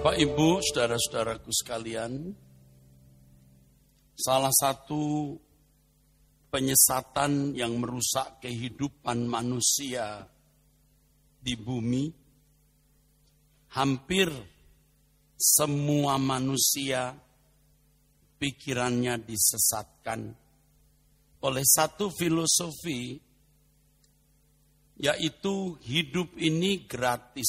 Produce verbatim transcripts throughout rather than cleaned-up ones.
Bapak, Ibu, saudara-saudaraku sekalian, salah satu penyesatan yang merusak kehidupan manusia di bumi, hampir semua manusia pikirannya disesatkan oleh satu filosofi, yaitu hidup ini gratis.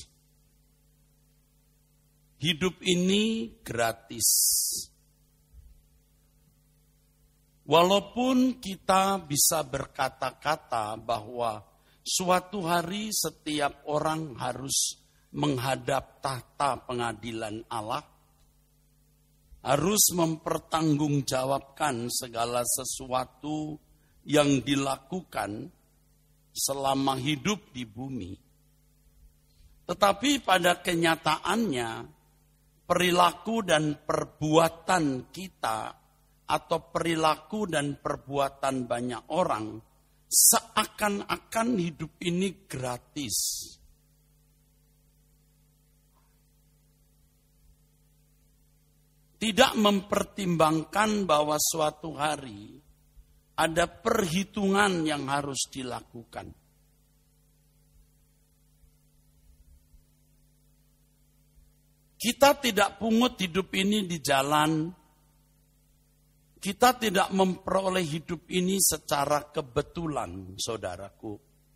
Hidup ini gratis. Walaupun kita bisa berkata-kata bahwa suatu hari setiap orang harus menghadap tahta pengadilan Allah, harus mempertanggungjawabkan segala sesuatu yang dilakukan selama hidup di bumi. Tetapi pada kenyataannya, perilaku dan perbuatan kita atau perilaku dan perbuatan banyak orang seakan-akan hidup ini gratis. Tidak mempertimbangkan bahwa suatu hari ada perhitungan yang harus dilakukan. Kita tidak pungut hidup ini di jalan. Kita tidak memperoleh hidup ini secara kebetulan, saudaraku.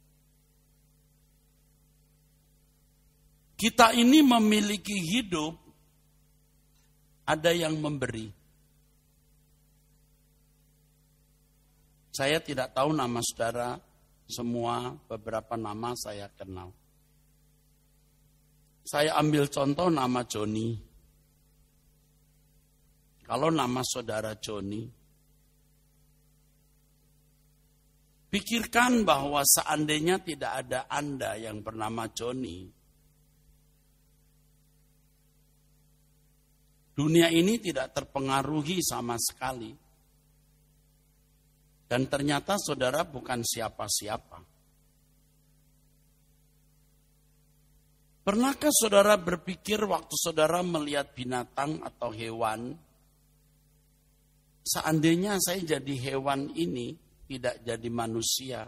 Kita ini memiliki hidup, ada yang memberi. Saya tidak tahu nama saudara, semua beberapa nama saya kenal. Saya ambil contoh nama Joni. Kalau nama saudara Joni, pikirkan bahwa seandainya tidak ada Anda yang bernama Joni, dunia ini tidak terpengaruhi sama sekali. Dan ternyata saudara bukan siapa-siapa. Pernahkah saudara berpikir waktu saudara melihat binatang atau hewan, seandainya saya jadi hewan ini, tidak jadi manusia,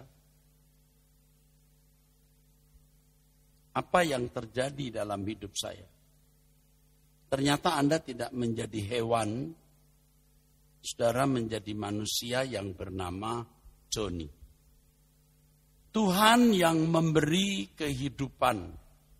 apa yang terjadi dalam hidup saya? Ternyata Anda tidak menjadi hewan, saudara menjadi manusia yang bernama Joni. Tuhan yang memberi kehidupan.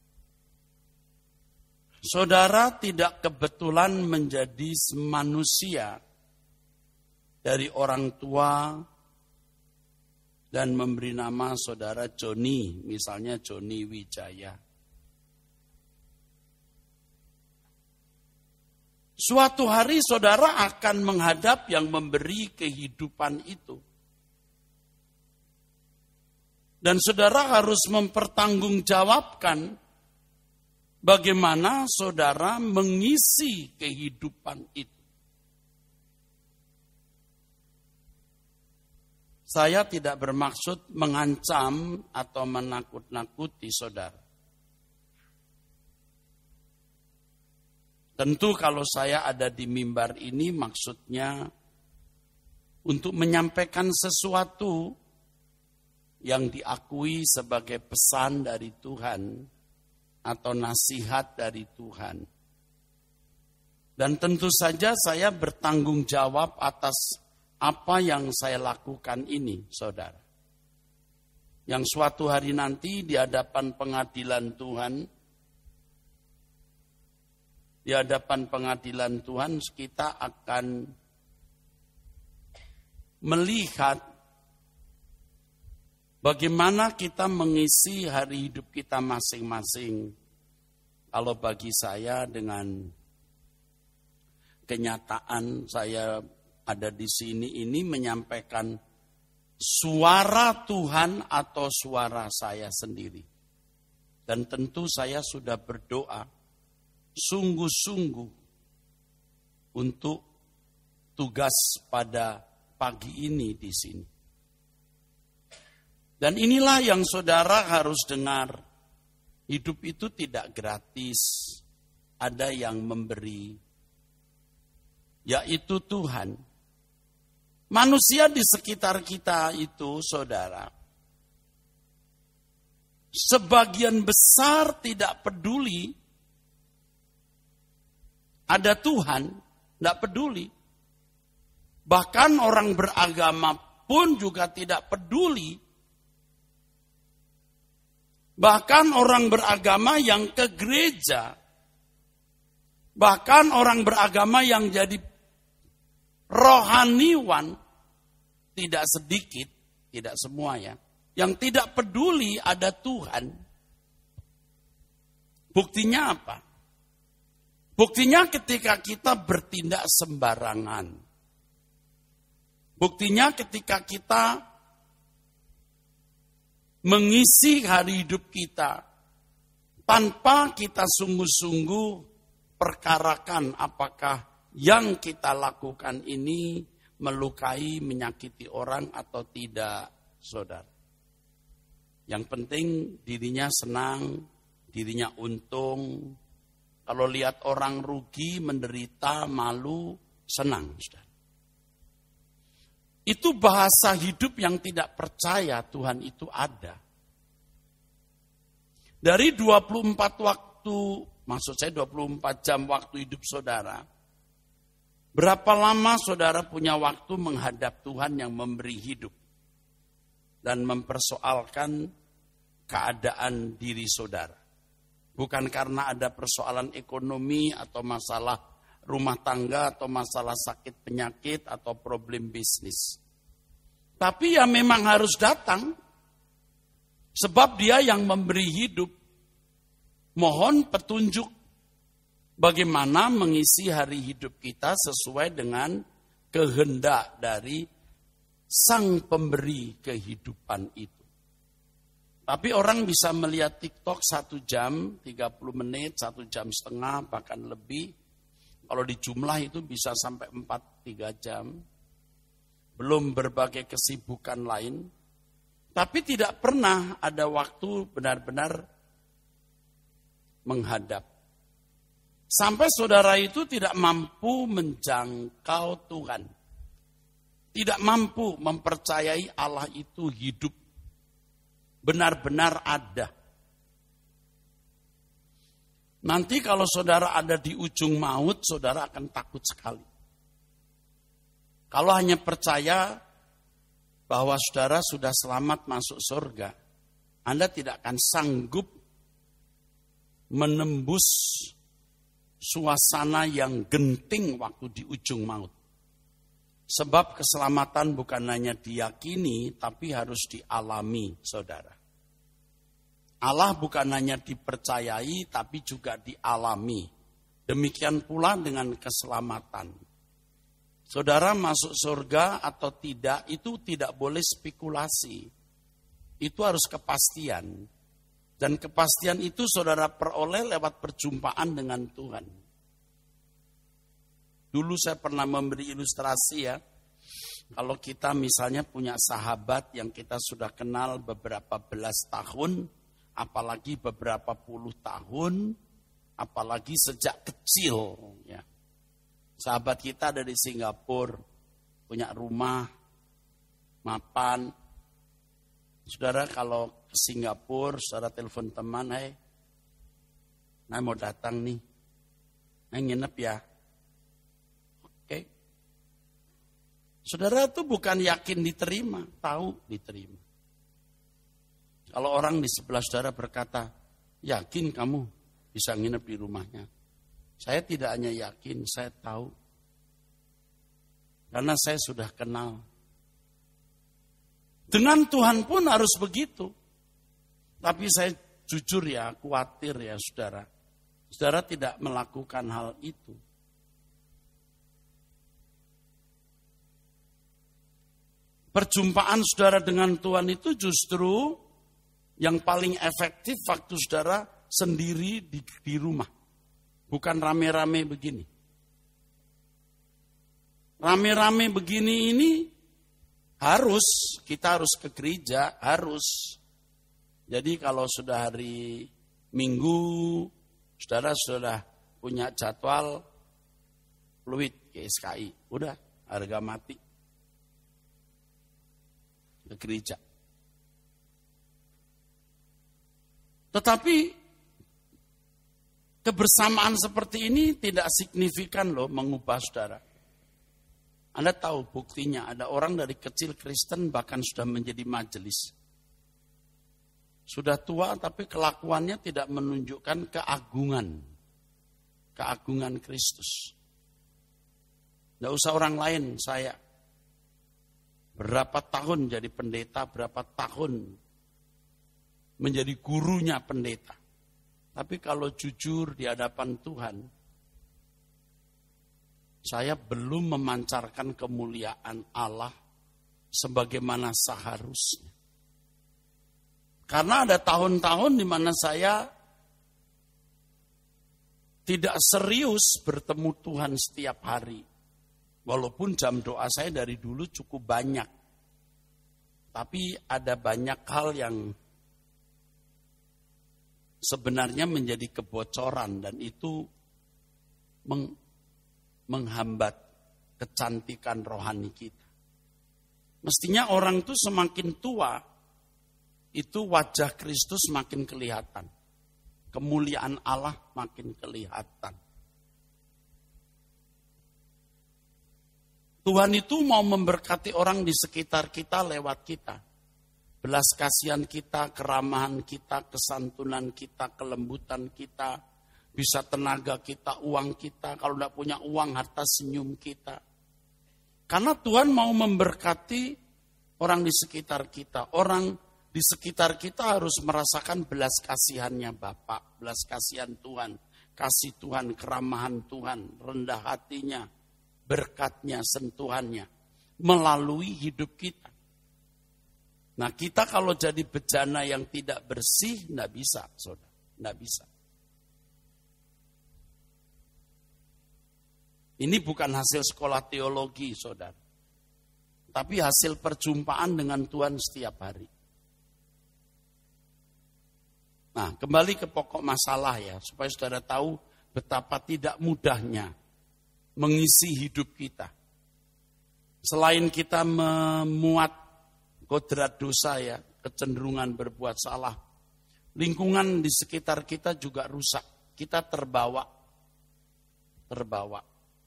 Saudara tidak kebetulan menjadi manusia dari orang tua dan memberi nama saudara Joni, misalnya Joni Wijaya. Suatu hari saudara akan menghadap yang memberi kehidupan itu. Dan saudara harus mempertanggungjawabkan bagaimana saudara mengisi kehidupan itu. Saya tidak bermaksud mengancam atau menakut-nakuti saudara. Tentu kalau saya ada di mimbar ini maksudnya untuk menyampaikan sesuatu yang diakui sebagai pesan dari Tuhan atau nasihat dari Tuhan. Dan tentu saja saya bertanggung jawab atas apa yang saya lakukan ini, saudara. Yang suatu hari nanti di hadapan pengadilan Tuhan, di hadapan pengadilan Tuhan kita akan melihat bagaimana kita mengisi hari hidup kita masing-masing. Kalau bagi saya dengan kenyataan saya ada di sini ini menyampaikan suara Tuhan atau suara saya sendiri. Dan tentu saya sudah berdoa sungguh-sungguh untuk tugas pada pagi ini di sini. Dan inilah yang saudara harus dengar. Hidup itu tidak gratis. ada yang memberi, yaitu Tuhan. Manusia di sekitar kita itu, saudara, sebagian besar tidak peduli ada Tuhan, tidak peduli. Bahkan orang beragama pun juga tidak peduli. Bahkan orang beragama yang ke gereja, bahkan orang beragama yang jadi rohaniwan, tidak sedikit, tidak semua ya, yang tidak peduli ada Tuhan. Buktinya apa? Buktinya ketika kita bertindak sembarangan. Buktinya ketika kita mengisi hari hidup kita tanpa kita sungguh-sungguh perkarakan apakah yang kita lakukan ini melukai, menyakiti orang atau tidak, saudara. Yang penting dirinya senang, dirinya untung. Kalau lihat orang rugi, menderita, malu, senang, saudara. Itu bahasa hidup yang tidak percaya Tuhan itu ada. Dari dua puluh empat waktu, maksud saya dua puluh empat jam waktu hidup saudara, berapa lama saudara punya waktu menghadap Tuhan yang memberi hidup dan mempersoalkan keadaan diri saudara. Bukan karena ada persoalan ekonomi atau masalah rumah tangga atau masalah sakit penyakit atau problem bisnis. Tapi ya memang harus datang. Sebab dia yang memberi hidup. Mohon petunjuk bagaimana mengisi hari hidup kita sesuai dengan kehendak dari sang pemberi kehidupan itu. Tapi orang bisa melihat TikTok satu jam, tiga puluh menit, satu jam setengah, bahkan lebih. Kalau di jumlah itu bisa sampai empat tiga jam. Belum berbagai kesibukan lain. Tapi tidak pernah ada waktu benar-benar menghadap. Sampai saudara itu tidak mampu menjangkau Tuhan. Tidak mampu mempercayai Allah itu hidup. Benar-benar ada. Nanti kalau saudara ada di ujung maut, saudara akan takut sekali. Kalau hanya percaya bahwa saudara sudah selamat masuk surga, Anda tidak akan sanggup menembus suasana yang genting waktu di ujung maut. Sebab keselamatan bukan hanya diyakini, tapi harus dialami, saudara. Allah bukan hanya dipercayai, tapi juga dialami. Demikian pula dengan keselamatan. Saudara masuk surga atau tidak, itu tidak boleh spekulasi. Itu harus kepastian. Dan kepastian itu saudara peroleh lewat perjumpaan dengan Tuhan. Dulu saya pernah memberi ilustrasi ya. Kalau kita misalnya punya sahabat yang kita sudah kenal beberapa belas tahun, apalagi beberapa puluh tahun, apalagi sejak kecil. Ya. Sahabat kita dari Singapura, punya rumah, mapan. Saudara kalau ke Singapura, saudara telepon teman, hei, nah mau datang nih, nah nginep ya. Oke. Saudara tuh bukan yakin diterima, tahu diterima. Kalau orang di sebelah saudara berkata, yakin kamu bisa nginep di rumahnya? Saya tidak hanya yakin, saya tahu. Karena saya sudah kenal. Dengan Tuhan pun harus begitu. Tapi saya jujur ya, khawatir ya saudara. Saudara tidak melakukan hal itu. Perjumpaan saudara dengan Tuhan itu justru yang paling efektif waktu saudara sendiri di, di rumah. Bukan rame-rame begini. Rame-rame begini ini harus, kita harus ke gereja, harus. Jadi kalau sudah hari Minggu, saudara sudah punya jadwal fluid G S K I. Udah, harga mati. Ke gereja. Tetapi kebersamaan seperti ini tidak signifikan loh mengubah saudara. Anda tahu buktinya, ada orang dari kecil Kristen bahkan sudah menjadi majelis. Sudah tua tapi kelakuannya tidak menunjukkan keagungan. Keagungan Kristus. Tidak usah orang lain, saya. Berapa tahun jadi pendeta, berapa tahun menjadi gurunya pendeta. Tapi kalau jujur di hadapan Tuhan, saya belum memancarkan kemuliaan Allah sebagaimana seharusnya. Karena ada tahun-tahun di mana saya tidak serius bertemu Tuhan setiap hari. Walaupun jam doa saya dari dulu cukup banyak. Tapi ada banyak hal yang sebenarnya menjadi kebocoran dan itu meng, menghambat kecantikan rohani kita. Mestinya orang itu semakin tua, itu wajah Kristus makin kelihatan. Kemuliaan Allah makin kelihatan. Tuhan itu mau memberkati orang di sekitar kita lewat kita. Belas kasihan kita, keramahan kita, kesantunan kita, kelembutan kita, bisa tenaga kita, uang kita, kalau tidak punya uang, harta senyum kita. Karena Tuhan mau memberkati orang di sekitar kita. Orang di sekitar kita harus merasakan belas kasihannya Bapa, belas kasihan Tuhan, kasih Tuhan, keramahan Tuhan, rendah hatinya, berkatnya, sentuhannya, melalui hidup kita. Nah kita kalau jadi bejana yang tidak bersih, tidak bisa, saudara, tidak bisa. Ini bukan hasil sekolah teologi, saudara. Tapi hasil perjumpaan dengan Tuhan setiap hari. Nah, kembali ke pokok masalah ya, supaya saudara tahu betapa tidak mudahnya mengisi hidup kita. Selain kita memuat kodrat dosa ya, kecenderungan berbuat salah, lingkungan di sekitar kita juga rusak. Kita terbawa, terbawa.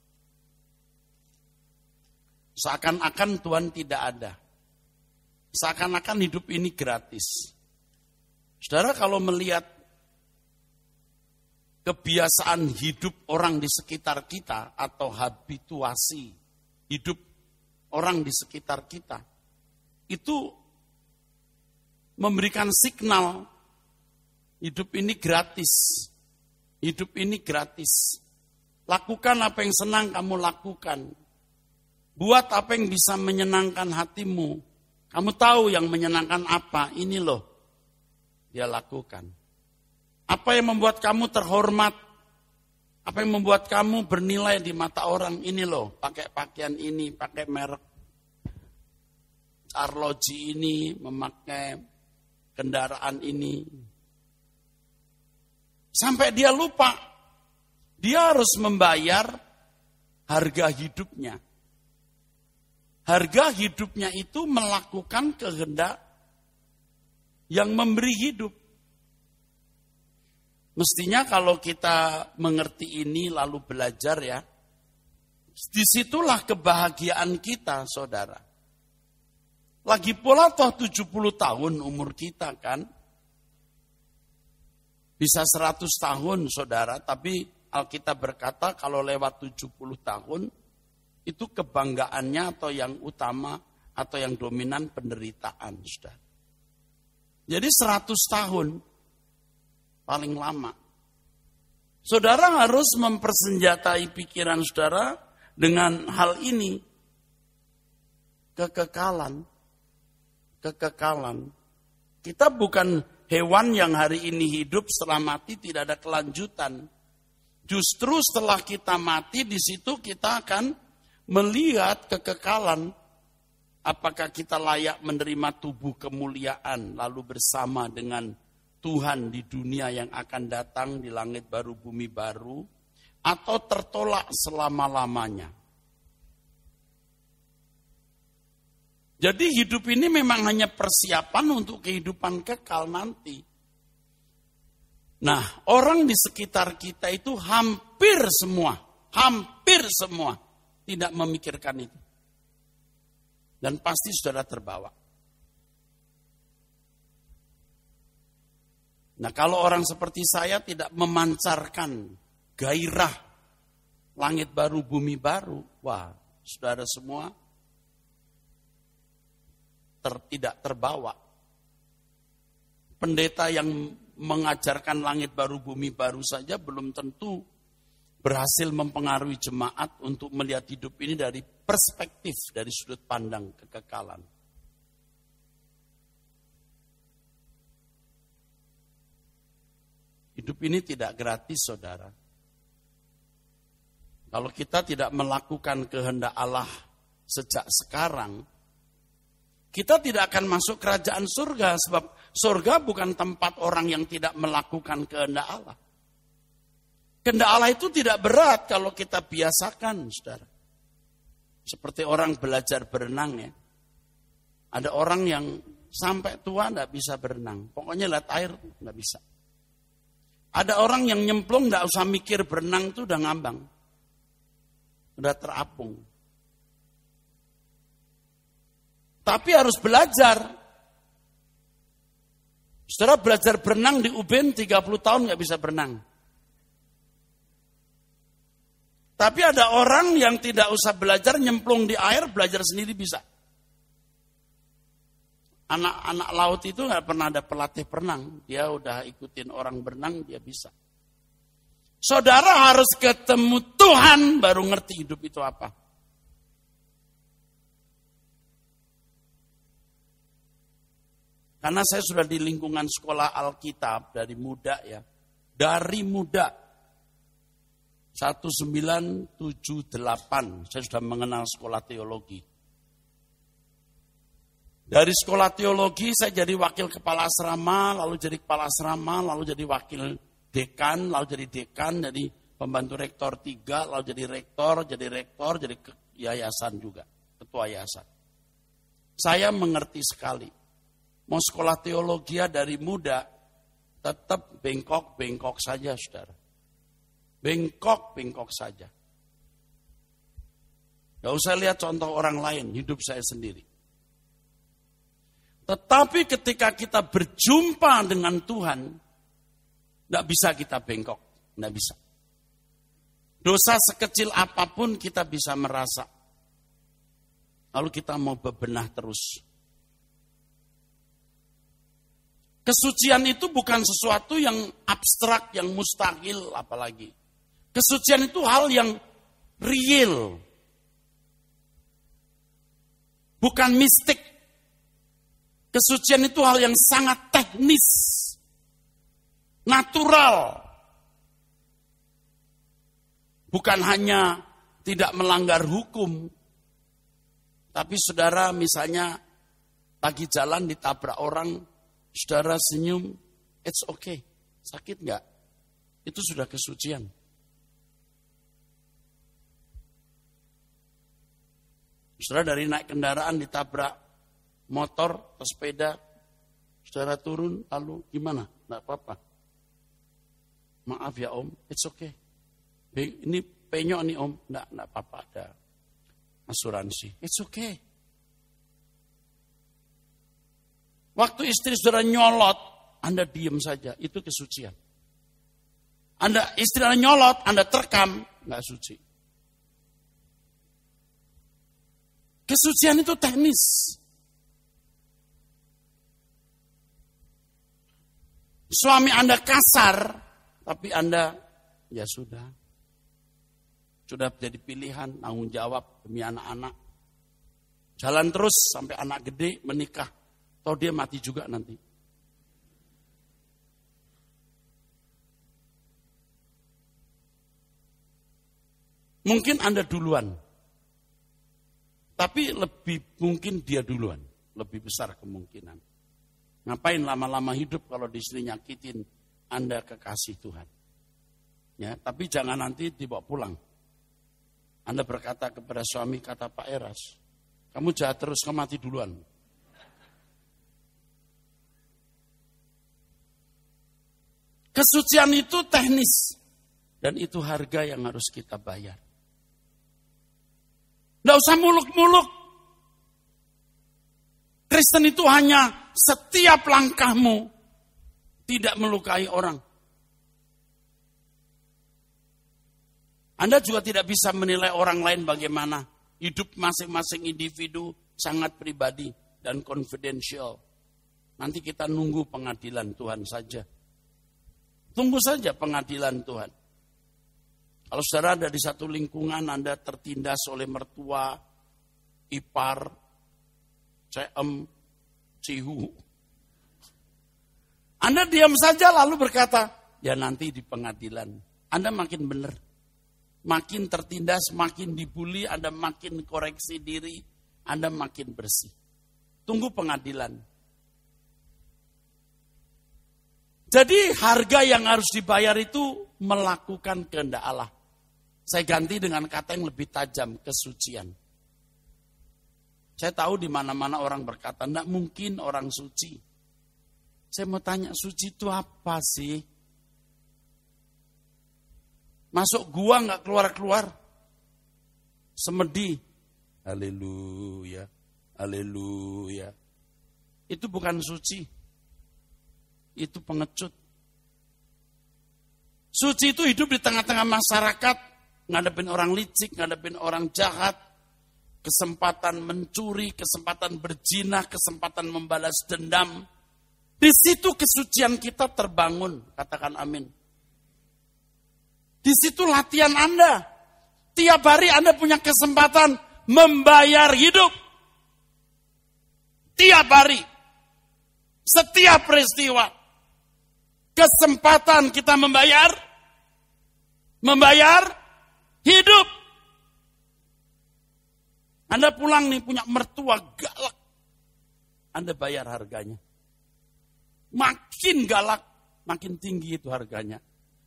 Seakan-akan Tuhan tidak ada. Seakan-akan hidup ini gratis. Saudara kalau melihat kebiasaan hidup orang di sekitar kita atau habituasi hidup orang di sekitar kita, itu memberikan signal hidup ini gratis. Hidup ini gratis. Lakukan apa yang senang kamu lakukan. Buat apa yang bisa menyenangkan hatimu. Kamu tahu yang menyenangkan apa, ini loh. Dia lakukan. Apa yang membuat kamu terhormat? Apa yang membuat kamu bernilai di mata orang? Ini loh, pakai pakaian ini, pakai merek arloji ini, memakai kendaraan ini. Sampai dia lupa, dia harus membayar harga hidupnya. Harga hidupnya itu melakukan kehendak yang memberi hidup. Mestinya kalau kita mengerti ini lalu belajar ya, disitulah kebahagiaan kita, saudara. Lagi pula toh tujuh puluh tahun umur kita kan. Bisa seratus tahun, saudara, tapi Alkitab berkata kalau lewat tujuh puluh tahun, itu kebanggaannya atau yang utama atau yang dominan penderitaan, saudara. Jadi seratus tahun paling lama. Saudara harus mempersenjatai pikiran saudara dengan hal ini. Kekekalan. Kekekalan. Kita bukan hewan yang hari ini hidup setelah mati tidak ada kelanjutan. Justru setelah kita mati di situ kita akan melihat kekekalan. Apakah kita layak menerima tubuh kemuliaan lalu bersama dengan Tuhan di dunia yang akan datang di langit baru bumi baru. atau tertolak selama-lamanya. Jadi hidup ini memang hanya persiapan untuk kehidupan kekal nanti. Nah, orang di sekitar kita itu hampir semua, hampir semua tidak memikirkan itu. Dan pasti saudara terbawa. Nah, kalau orang seperti saya tidak memancarkan gairah langit baru, bumi baru, wah, saudara semua ter, tidak terbawa. Pendeta yang mengajarkan langit baru, bumi baru saja belum tentu berhasil mempengaruhi jemaat untuk melihat hidup ini dari perspektif, dari sudut pandang kekekalan. Hidup ini tidak gratis, saudara. Kalau kita tidak melakukan kehendak Allah sejak sekarang, kita tidak akan masuk kerajaan surga, sebab surga bukan tempat orang yang tidak melakukan kehendak Allah. Kehendak Allah itu tidak berat kalau kita biasakan, saudara. Seperti orang belajar berenang ya. Ada orang yang sampai tua tidak bisa berenang. Pokoknya lihat air tidak bisa. Ada orang yang nyemplung tidak usah mikir berenang itu udah ngambang. Udah terapung. Tapi harus belajar. Saudara belajar berenang di U B N tiga puluh tahun nggak bisa berenang. Tapi ada orang yang tidak usah belajar nyemplung di air, belajar sendiri bisa. Anak-anak laut itu nggak pernah ada pelatih berenang, dia udah ikutin orang berenang, dia bisa. Saudara harus ketemu Tuhan baru ngerti hidup itu apa. Karena saya sudah di lingkungan sekolah Alkitab dari muda ya, dari muda seribu sembilan ratus tujuh puluh delapan saya sudah mengenal sekolah teologi. Dari sekolah teologi saya jadi wakil kepala asrama, lalu jadi kepala asrama, lalu jadi wakil dekan, lalu jadi dekan, jadi pembantu rektor tiga, lalu jadi rektor, jadi rektor, jadi yayasan juga, ketua yayasan. Saya mengerti sekali, mau sekolah teologi dari muda, tetap bengkok-bengkok saja, saudara. Bengkok-bengkok saja. Gak usah lihat contoh orang lain, hidup saya sendiri. Tetapi ketika kita berjumpa dengan Tuhan, tidak bisa kita bengkok, tidak bisa. Dosa sekecil apapun kita bisa merasa. Lalu kita mau bebenah terus. Kesucian itu bukan sesuatu yang abstrak, yang mustahil apalagi. Kesucian itu hal yang real. Bukan mistik. Kesucian itu hal yang sangat teknis, natural. Bukan hanya tidak melanggar hukum, tapi saudara misalnya lagi jalan ditabrak orang, saudara senyum, it's okay, sakit enggak? Itu sudah kesucian. Saudara dari naik kendaraan ditabrak motor atau sepeda, saudara turun, lalu gimana? Nggak apa-apa. Maaf ya om, it's okay. Ini penyok nih om, nggak, nggak apa-apa, ada asuransi. It's okay. Waktu istri saudara nyolot, Anda diem saja, itu kesucian. Anda istri Anda nyolot, Anda terekam, nggak suci. Kesucian itu teknis. Suami Anda kasar, tapi Anda, ya sudah. Sudah jadi pilihan, tanggung jawab demi anak-anak. Jalan terus sampai anak gede, menikah. Atau dia mati juga nanti. Mungkin Anda duluan. Tapi lebih mungkin dia duluan. Lebih besar kemungkinan. Ngapain lama-lama hidup kalau di sini nyakitin Anda kekasih Tuhan. Ya, tapi jangan nanti dibawa pulang. Anda berkata kepada suami, kata Pak Eras, kamu jahat terus, kamu mati duluan. Kesucian itu teknis. Dan itu harga yang harus kita bayar. Nggak usah muluk-muluk. Kristen itu hanya setiap langkahmu tidak melukai orang. Anda juga tidak bisa menilai orang lain bagaimana. Hidup masing-masing individu sangat pribadi dan confidential. Nanti kita nunggu pengadilan Tuhan saja. Tunggu saja pengadilan Tuhan. Kalau saudara ada di satu lingkungan, Anda tertindas oleh mertua, ipar, cem, cihu. Anda diam saja lalu berkata, ya nanti di pengadilan. Anda makin benar. Makin tertindas, makin dibully, Anda makin koreksi diri, Anda makin bersih. Tunggu pengadilan. Jadi harga yang harus dibayar itu melakukan kehendak Allah. Saya ganti dengan kata yang lebih tajam, kesucian. Saya tahu di mana-mana orang berkata, tidak mungkin orang suci. Saya mau tanya, suci itu apa sih? Masuk gua nggak keluar-keluar. Semedi. Haleluya. Haleluya. Itu bukan suci. Itu pengecut. Suci itu hidup di tengah-tengah masyarakat, ngadepin orang licik, ngadepin orang jahat, kesempatan mencuri, kesempatan berzina, kesempatan membalas dendam. Di situ kesucian kita terbangun, katakan amin. Di situ latihan Anda. Tiap hari Anda punya kesempatan membayar hidup. Tiap hari. Setiap peristiwa. Kesempatan kita membayar. Membayar hidup. Anda pulang nih punya mertua galak. Anda bayar harganya. Makin galak, makin tinggi itu harganya.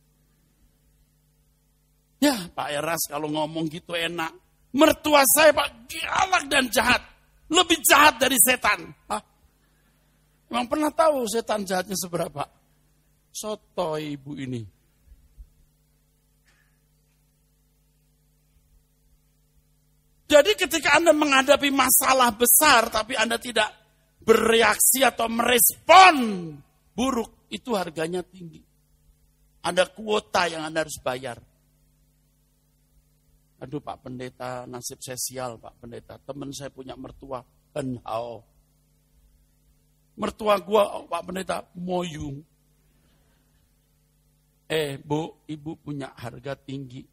Ya Pak Eras kalau ngomong gitu enak. Mertua saya Pak galak dan jahat. Lebih jahat dari setan. Hah? Emang pernah tahu setan jahatnya seberapa? Sotoy ibu ini. Jadi ketika Anda menghadapi masalah besar tapi Anda tidak bereaksi atau merespon buruk, itu harganya tinggi. Ada kuota yang Anda harus bayar. Aduh Pak Pendeta, nasib saya sial Pak Pendeta. Teman saya punya mertua, henhao. Mertua gua oh, Pak Pendeta, moyung. Eh Bu, Ibu punya harga tinggi.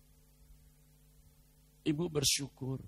Ibu bersyukur.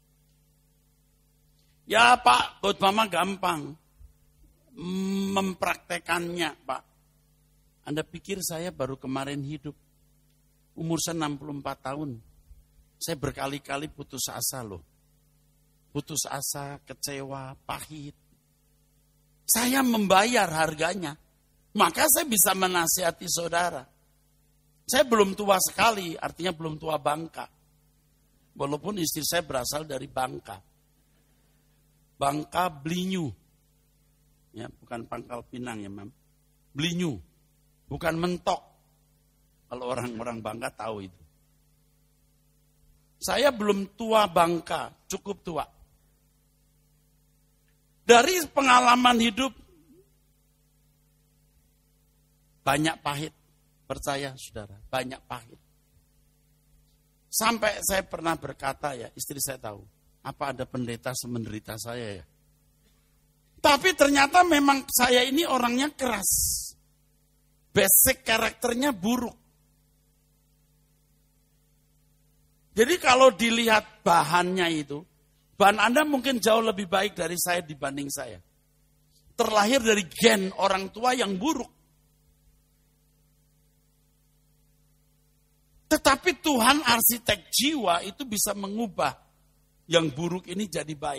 Ya Pak, khotbah mah gampang. Mempraktekannya Pak. Anda pikir saya baru kemarin hidup. Umur saya enam puluh empat tahun. Saya berkali-kali putus asa loh. Putus asa, kecewa, pahit. Saya membayar harganya. Maka saya bisa menasihati saudara. Saya belum tua sekali, artinya belum tua bangka. Walaupun istri saya berasal dari Bangka. Bangka Blinyu. Ya, bukan Pangkal Pinang ya, Mam. Blinyu. Bukan mentok. Kalau orang-orang Bangka tahu itu. Saya belum tua Bangka, cukup tua. Dari pengalaman hidup, banyak pahit. Percaya saudara, banyak pahit. Sampai saya pernah berkata ya, istri saya tahu, apa ada pendeta semenderita saya ya. Tapi ternyata memang saya ini orangnya keras. Basic karakternya buruk. Jadi kalau dilihat bahannya itu, bahan Anda mungkin jauh lebih baik dari saya dibanding saya. Terlahir dari gen orang tua yang buruk. Tetapi Tuhan arsitek jiwa itu bisa mengubah yang buruk ini jadi baik.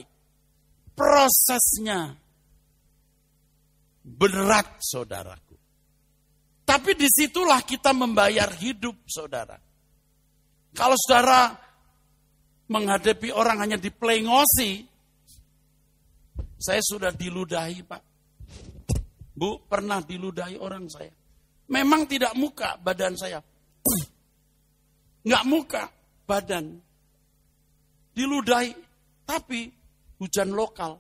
Prosesnya berat saudaraku. Tapi disitulah kita membayar hidup, saudara. Kalau saudara menghadapi orang hanya diplengosi, saya sudah diludahi, Pak. Bu, pernah diludahi orang saya. Memang tidak muka badan saya. Nggak muka badan. Diludahi. Tapi hujan lokal.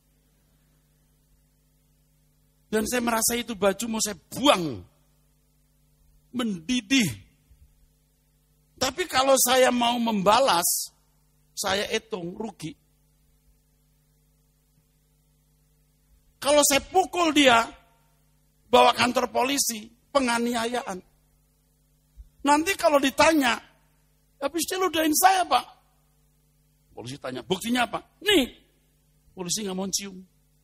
Dan saya merasa itu baju mau saya buang. Mendidih. Tapi kalau saya mau membalas, saya hitung rugi. Kalau saya pukul dia, bawa kantor polisi, penganiayaan. Nanti kalau ditanya, habis dia ludahin saya, Pak. Polisi tanya, buktinya apa? Nih, polisi nggak mau cium.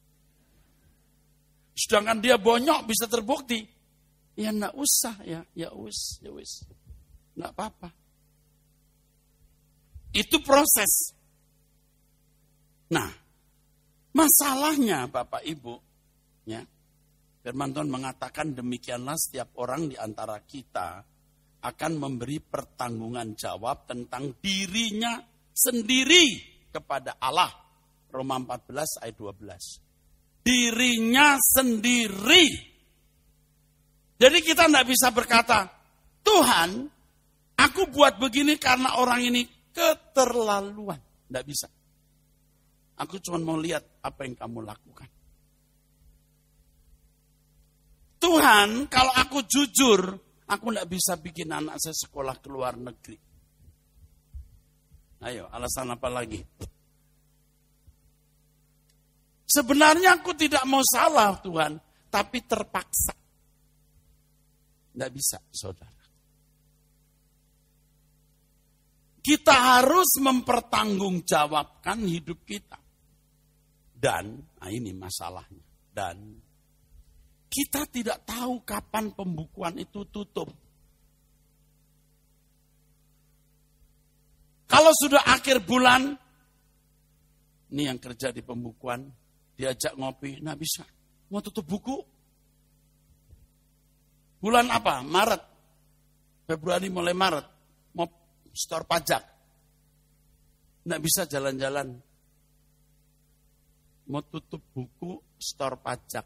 Sedangkan dia bonyok bisa terbukti. Ya nggak usah, ya, ya wis, ya wis, nggak apa-apa. Itu proses. Nah, masalahnya Bapak Ibu, ya, Firman Tuhan mengatakan demikianlah setiap orang di antara kita akan memberi pertanggungan jawab tentang dirinya sendiri kepada Allah. Roma empat belas ayat dua belas. Dirinya sendiri. Jadi kita tidak bisa berkata, Tuhan, aku buat begini karena orang ini keterlaluan. Tidak bisa. Aku cuma mau lihat apa yang kamu lakukan. Tuhan, kalau aku jujur, aku tidak bisa bikin anak saya sekolah ke luar negeri. Ayo, alasan apa lagi? Sebenarnya aku tidak mau salah, Tuhan, tapi terpaksa. Tidak bisa, saudara. Kita harus mempertanggungjawabkan hidup kita. Dan, nah ini masalahnya. Dan, kita tidak tahu kapan pembukuan itu tutup. Kalau sudah akhir bulan, ini yang kerja di pembukuan, diajak ngopi, nah bisa. Mau tutup buku? Bulan apa? Maret. Februari mulai Maret. Mau store pajak. Nggak bisa jalan-jalan. Mau tutup buku, store pajak.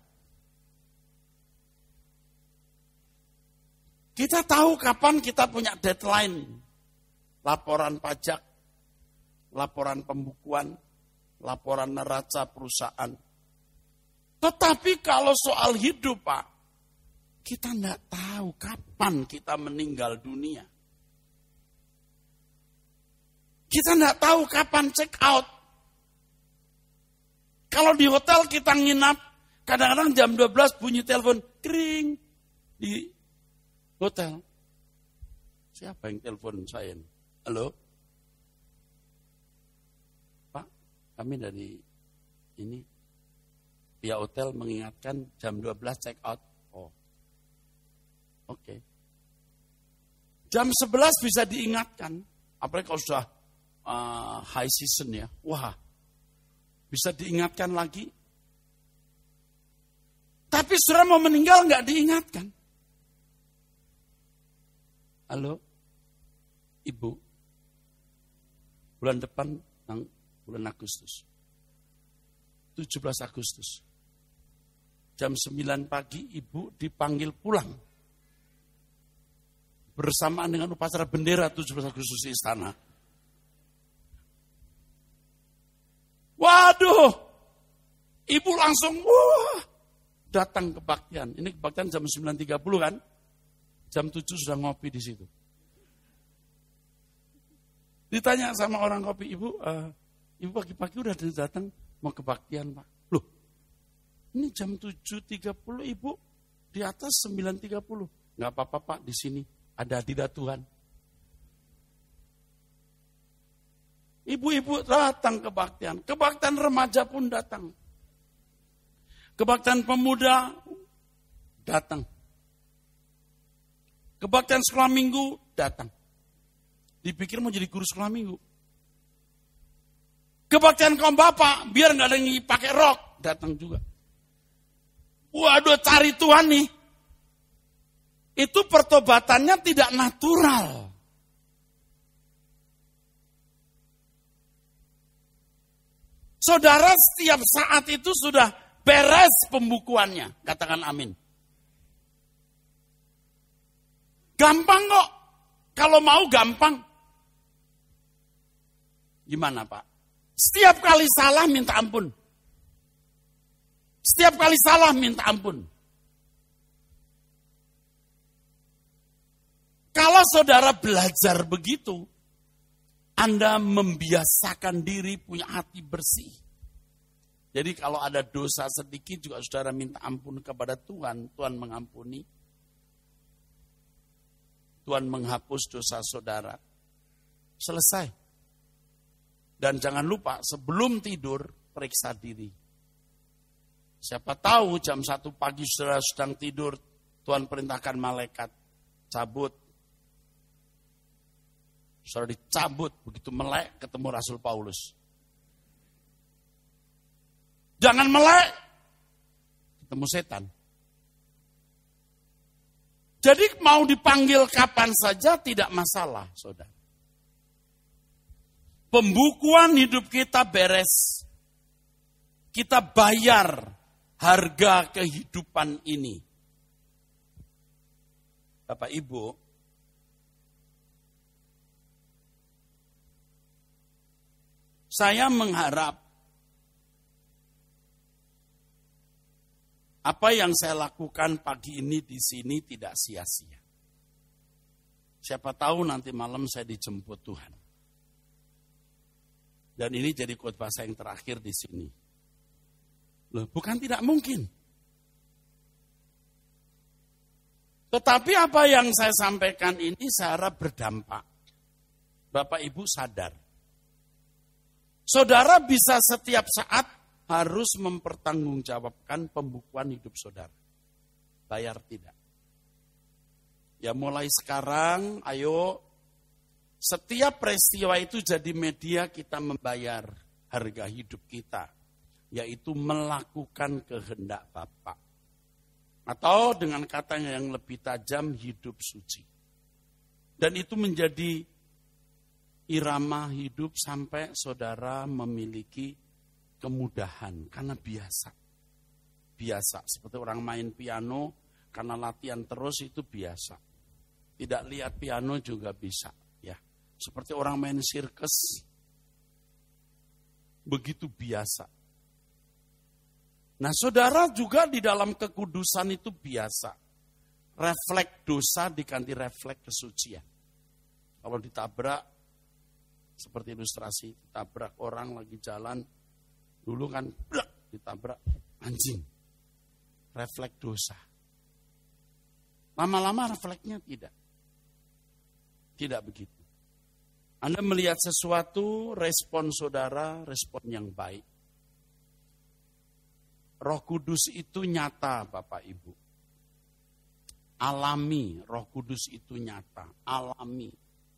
Kita tahu kapan kita punya deadline. Laporan pajak, laporan pembukuan, laporan neraca perusahaan. Tetapi kalau soal hidup, Pak, kita tidak tahu kapan kita meninggal dunia. Kita tidak tahu kapan check out. Kalau di hotel kita nginap, kadang-kadang jam dua belas bunyi telepon, kering di hotel. Siapa yang telepon saya? Halo? Pak, kami dari ini, pihak hotel mengingatkan jam dua belas check out. Oh, oke. Okay. Jam sebelas bisa diingatkan. Apalagi kalau sudah uh, high season ya. Wah, bisa diingatkan lagi. Tapi sudah mau meninggal nggak diingatkan. Halo, Ibu. Bulan depan, bulan Agustus. tujuh belas Agustus. Jam sembilan pagi Ibu dipanggil pulang. Bersamaan dengan upacara bendera tujuh belas Agustus di istana. Waduh, Ibu langsung wah, datang kebaktian. Ini kebaktian jam sembilan tiga puluh kan? Jam tujuh sudah ngopi di situ. Ditanya sama orang kopi, Ibu, uh, Ibu pagi-pagi udah datang mau kebaktian, Pak. Loh, ini jam tujuh tiga puluh Ibu di atas sembilan tiga puluh. Enggak apa-apa, Pak, di sini ada hadirat Tuhan. Ibu-ibu datang kebaktian. Kebaktian remaja pun datang. Kebaktian pemuda datang. Kebaktian sekolah minggu datang. Dipikir mau jadi guru sekolah minggu. Kebaktian kaum bapak, biar nggak ada yang pakai rok, datang juga. Waduh, cari Tuhan nih. itu pertobatannya tidak natural. Saudara setiap saat itu sudah beres pembukuannya. Katakan amin. Gampang kok. Kalau mau gampang. Gimana Pak? Setiap kali salah minta ampun. Setiap kali salah minta ampun. Kalau saudara belajar begitu, Anda membiasakan diri punya hati bersih. Jadi kalau ada dosa sedikit juga saudara minta ampun kepada Tuhan, Tuhan mengampuni. Tuhan menghapus dosa saudara. Selesai. Dan jangan lupa sebelum tidur periksa diri. Siapa tahu jam satu pagi saudara sedang tidur, Tuhan perintahkan malaikat, cabut. Saudara dicabut, begitu melek ketemu Rasul Paulus. Jangan melek, ketemu setan. Jadi mau dipanggil kapan saja tidak masalah, saudara. Pembukuan hidup kita beres. Kita bayar harga kehidupan ini. Bapak Ibu, saya mengharap apa yang saya lakukan pagi ini di sini tidak sia-sia. Siapa tahu nanti malam saya dijemput Tuhan. Dan ini jadi khotbah saya yang terakhir di sini. Loh, bukan tidak mungkin. Tetapi apa yang saya sampaikan ini saya harap berdampak. Bapak Ibu sadar. Saudara bisa setiap saat harus mempertanggungjawabkan pembukuan hidup saudara. Bayar tidak. Ya mulai sekarang, ayo setiap peristiwa itu jadi media kita membayar harga hidup kita. Yaitu melakukan kehendak Bapa. Atau dengan katanya yang lebih tajam, hidup suci. Dan itu menjadi irama hidup sampai saudara memiliki kemudahan karena biasa. Biasa seperti orang main piano karena latihan terus itu biasa. Tidak lihat piano juga bisa, ya. Seperti orang main sirkus begitu biasa. Nah, saudara juga di dalam kekudusan itu biasa. Refleks dosa diganti refleks kesucian. Kalau ditabrak seperti ilustrasi, ditabrak orang lagi jalan, dulu kan blak, ditabrak anjing. Refleks dosa. Lama-lama refleksnya tidak. Tidak begitu. Anda melihat sesuatu, respon saudara, respon yang baik. Roh Kudus itu nyata, Bapak Ibu. Alami, Roh Kudus itu nyata, alami.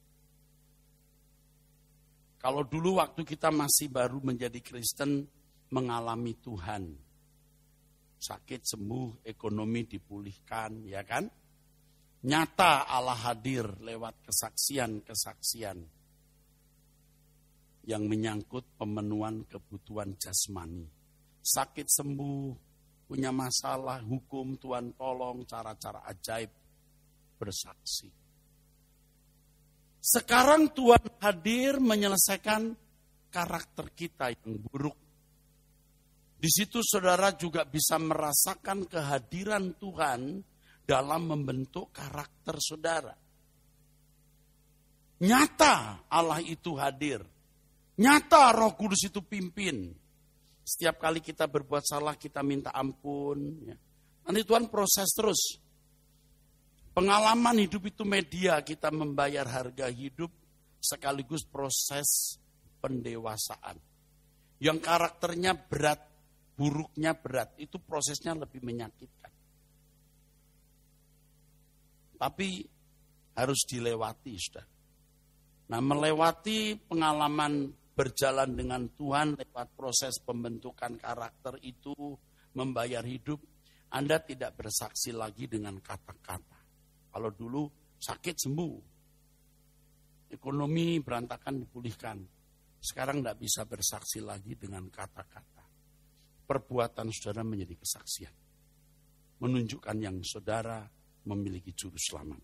Kalau dulu waktu kita masih baru menjadi Kristen, mengalami Tuhan. Sakit sembuh, ekonomi dipulihkan, ya kan? Nyata Allah hadir lewat kesaksian-kesaksian yang menyangkut pemenuhan kebutuhan jasmani. Sakit sembuh, punya masalah, hukum Tuhan tolong, cara-cara ajaib, bersaksi. Sekarang Tuhan hadir menyelesaikan karakter kita yang buruk. Di situ saudara juga bisa merasakan kehadiran Tuhan dalam membentuk karakter saudara. Nyata Allah itu hadir. Nyata Roh Kudus itu pimpin. Setiap kali kita berbuat salah, kita minta ampun. Ya. Nanti Tuhan proses terus. Pengalaman hidup itu media kita membayar harga hidup sekaligus proses pendewasaan. Yang karakternya berat, buruknya berat, itu prosesnya lebih menyakitkan. Tapi harus dilewati, saudara. Nah, melewati pengalaman berjalan dengan Tuhan lewat proses pembentukan karakter itu membayar hidup, Anda tidak bersaksi lagi dengan kata-kata. Kalau dulu sakit sembuh, ekonomi berantakan dipulihkan. Sekarang tidak bisa bersaksi lagi dengan kata-kata. Perbuatan saudara menjadi kesaksian. Menunjukkan yang saudara memiliki juru selamat.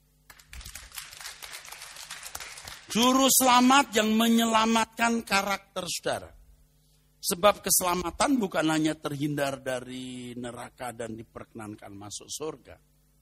Juru selamat yang menyelamatkan karakter saudara. Sebab keselamatan bukan hanya terhindar dari neraka dan diperkenankan masuk surga.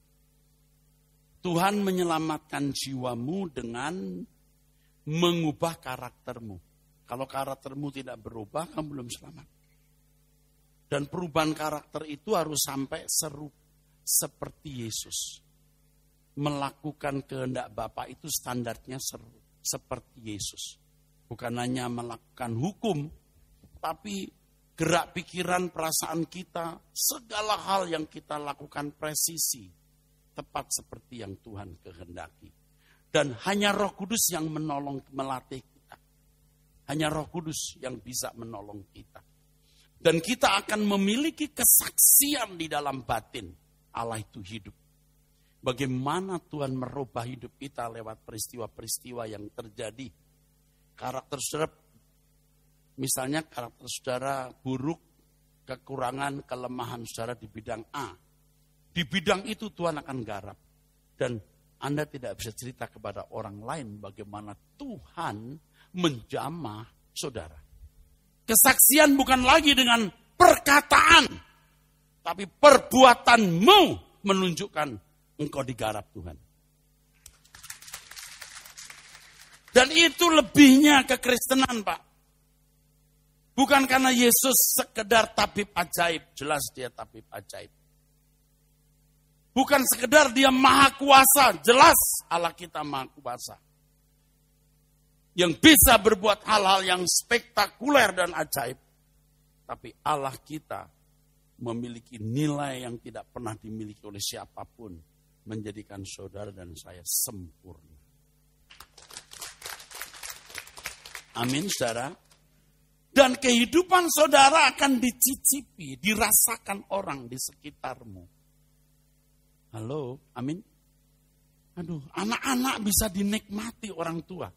Tuhan menyelamatkan jiwamu dengan mengubah karaktermu. Kalau karaktermu tidak berubah, kamu belum selamat. Dan perubahan karakter itu harus sampai seru seperti Yesus. Melakukan kehendak Bapa itu standarnya seru seperti Yesus. Bukan hanya melakukan hukum, tapi gerak pikiran, perasaan kita, segala hal yang kita lakukan presisi, tepat seperti yang Tuhan kehendaki. Dan hanya Roh Kudus yang menolong, melatih kita. Hanya Roh Kudus yang bisa menolong kita. Dan kita akan memiliki kesaksian di dalam batin. Allah itu hidup. Bagaimana Tuhan merubah hidup kita lewat peristiwa-peristiwa yang terjadi. Karakter saudara, misalnya karakter saudara buruk, kekurangan, kelemahan saudara di bidang A. Di bidang itu Tuhan akan garap. Dan Anda tidak bisa cerita kepada orang lain bagaimana Tuhan menjamah saudara. Kesaksian bukan lagi dengan perkataan, tapi perbuatanmu menunjukkan engkau digarap Tuhan. Dan itu lebihnya kekristenan, Pak. Bukan karena Yesus sekedar tabib ajaib, jelas dia tabib ajaib. Bukan sekedar dia maha kuasa, jelas Allah kita maha kuasa. Yang bisa berbuat hal-hal yang spektakuler dan ajaib. Tapi Allah kita memiliki nilai yang tidak pernah dimiliki oleh siapapun. Menjadikan saudara dan saya sempurna. Amin, saudara. Dan kehidupan saudara akan dicicipi, dirasakan orang di sekitarmu. Halo, amin. Aduh, anak-anak bisa dinikmati orang tua.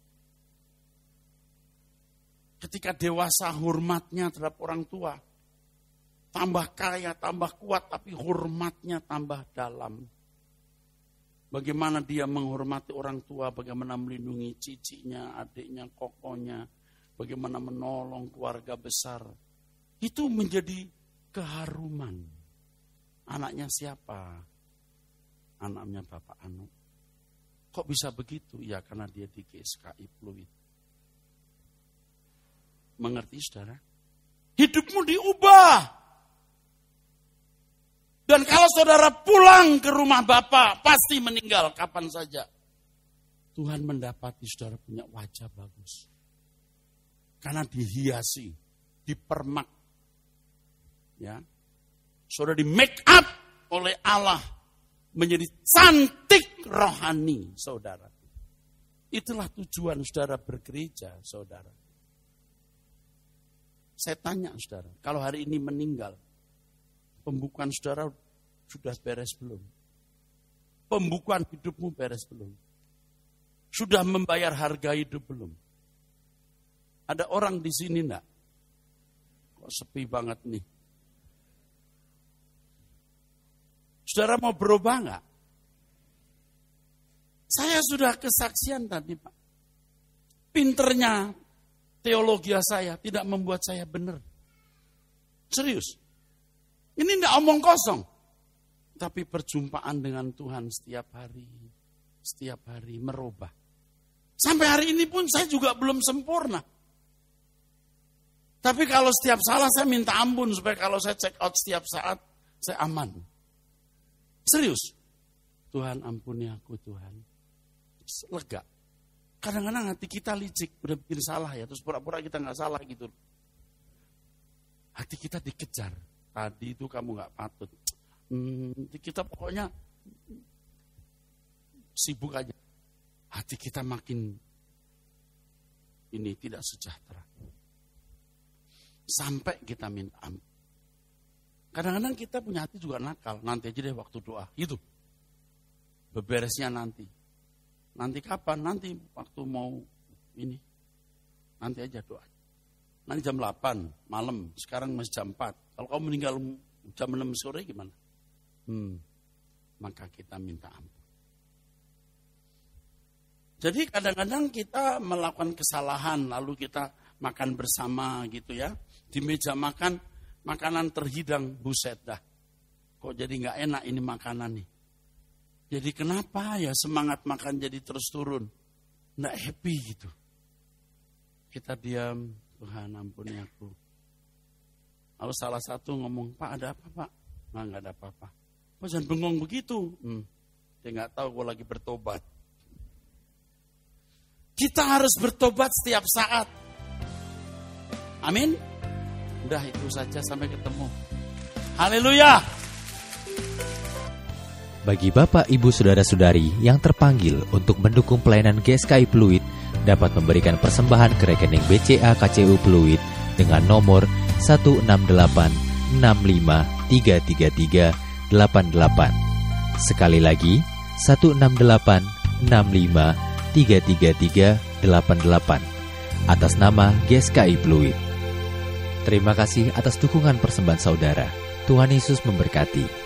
Ketika dewasa hormatnya terhadap orang tua. Tambah kaya, tambah kuat, tapi hormatnya tambah dalam. Bagaimana dia menghormati orang tua, bagaimana melindungi cicinya, adiknya, kokonya, bagaimana menolong keluarga besar. Itu menjadi keharuman. Anaknya siapa? Anaknya Bapak Anu. Kok bisa begitu? Ya karena dia di G S K I Pluit. Mengerti saudara? Hidupmu diubah. Dan kalau saudara pulang ke rumah Bapak, pasti meninggal kapan saja. Tuhan mendapati saudara punya wajah bagus. Karena dihiasi, dipermak. Ya. Saudara di make up oleh Allah. Menjadi cantik rohani saudara. Itulah tujuan saudara bergereja saudara. Saya tanya saudara, kalau hari ini meninggal, pembukuan saudara sudah beres belum? Pembukuan hidupmu beres belum? Sudah membayar harga hidup belum? Ada orang di sini enggak? Kok sepi banget nih? Saudara mau berubah enggak? Saya sudah kesaksian tadi Pak. Pinternya teologi saya tidak membuat saya benar. Serius. Ini tidak omong kosong. Tapi perjumpaan dengan Tuhan setiap hari. Setiap hari merubah. Sampai hari ini pun saya juga belum sempurna. Tapi kalau setiap salah saya minta ampun. Supaya kalau saya check out setiap saat saya aman. Serius. Tuhan ampuni aku Tuhan. Lega. Kadang-kadang hati kita licik, udah bikin salah ya, terus pura-pura kita nggak salah gitu. Hati kita dikejar. Tadi itu kamu nggak patut. Hmm, kita pokoknya sibuk aja. Hati kita makin ini tidak sejahtera. Sampai kita minta ampun. Kadang-kadang kita punya hati juga nakal. Nanti aja deh waktu doa. Gitu. beberesnya nanti. Nanti kapan? Nanti waktu mau ini. Nanti aja doa. Nanti jam delapan malam, sekarang masih jam empat. Kalau kamu meninggal jam enam sore gimana? Hmm, maka kita minta ampun. Jadi kadang-kadang kita melakukan kesalahan, lalu kita makan bersama gitu ya. Di meja makan, makanan terhidang, buset dah. Kok jadi gak enak ini makanan nih. Jadi kenapa ya semangat makan jadi terus turun? Nggak happy gitu. Kita diam, Tuhan ampuni aku. Lalu salah satu ngomong, Pak ada apa Pak? Nah nggak ada apa-apa. Pak jangan bengong begitu. Hmm, dia nggak tahu gue lagi bertobat. Kita harus bertobat setiap saat. Amin. Udah itu saja, sampai ketemu. Haleluya. Bagi Bapak, Ibu, Saudara-saudari yang terpanggil untuk mendukung pelayanan G S K I Pluit dapat memberikan persembahan ke rekening B C A K C U Pluit dengan nomor satu enam delapan enam lima tiga tiga tiga delapan delapan. Sekali lagi, satu enam delapan enam lima tiga tiga tiga delapan delapan atas nama G S K I Pluit. Terima kasih atas dukungan persembahan saudara. Tuhan Yesus memberkati.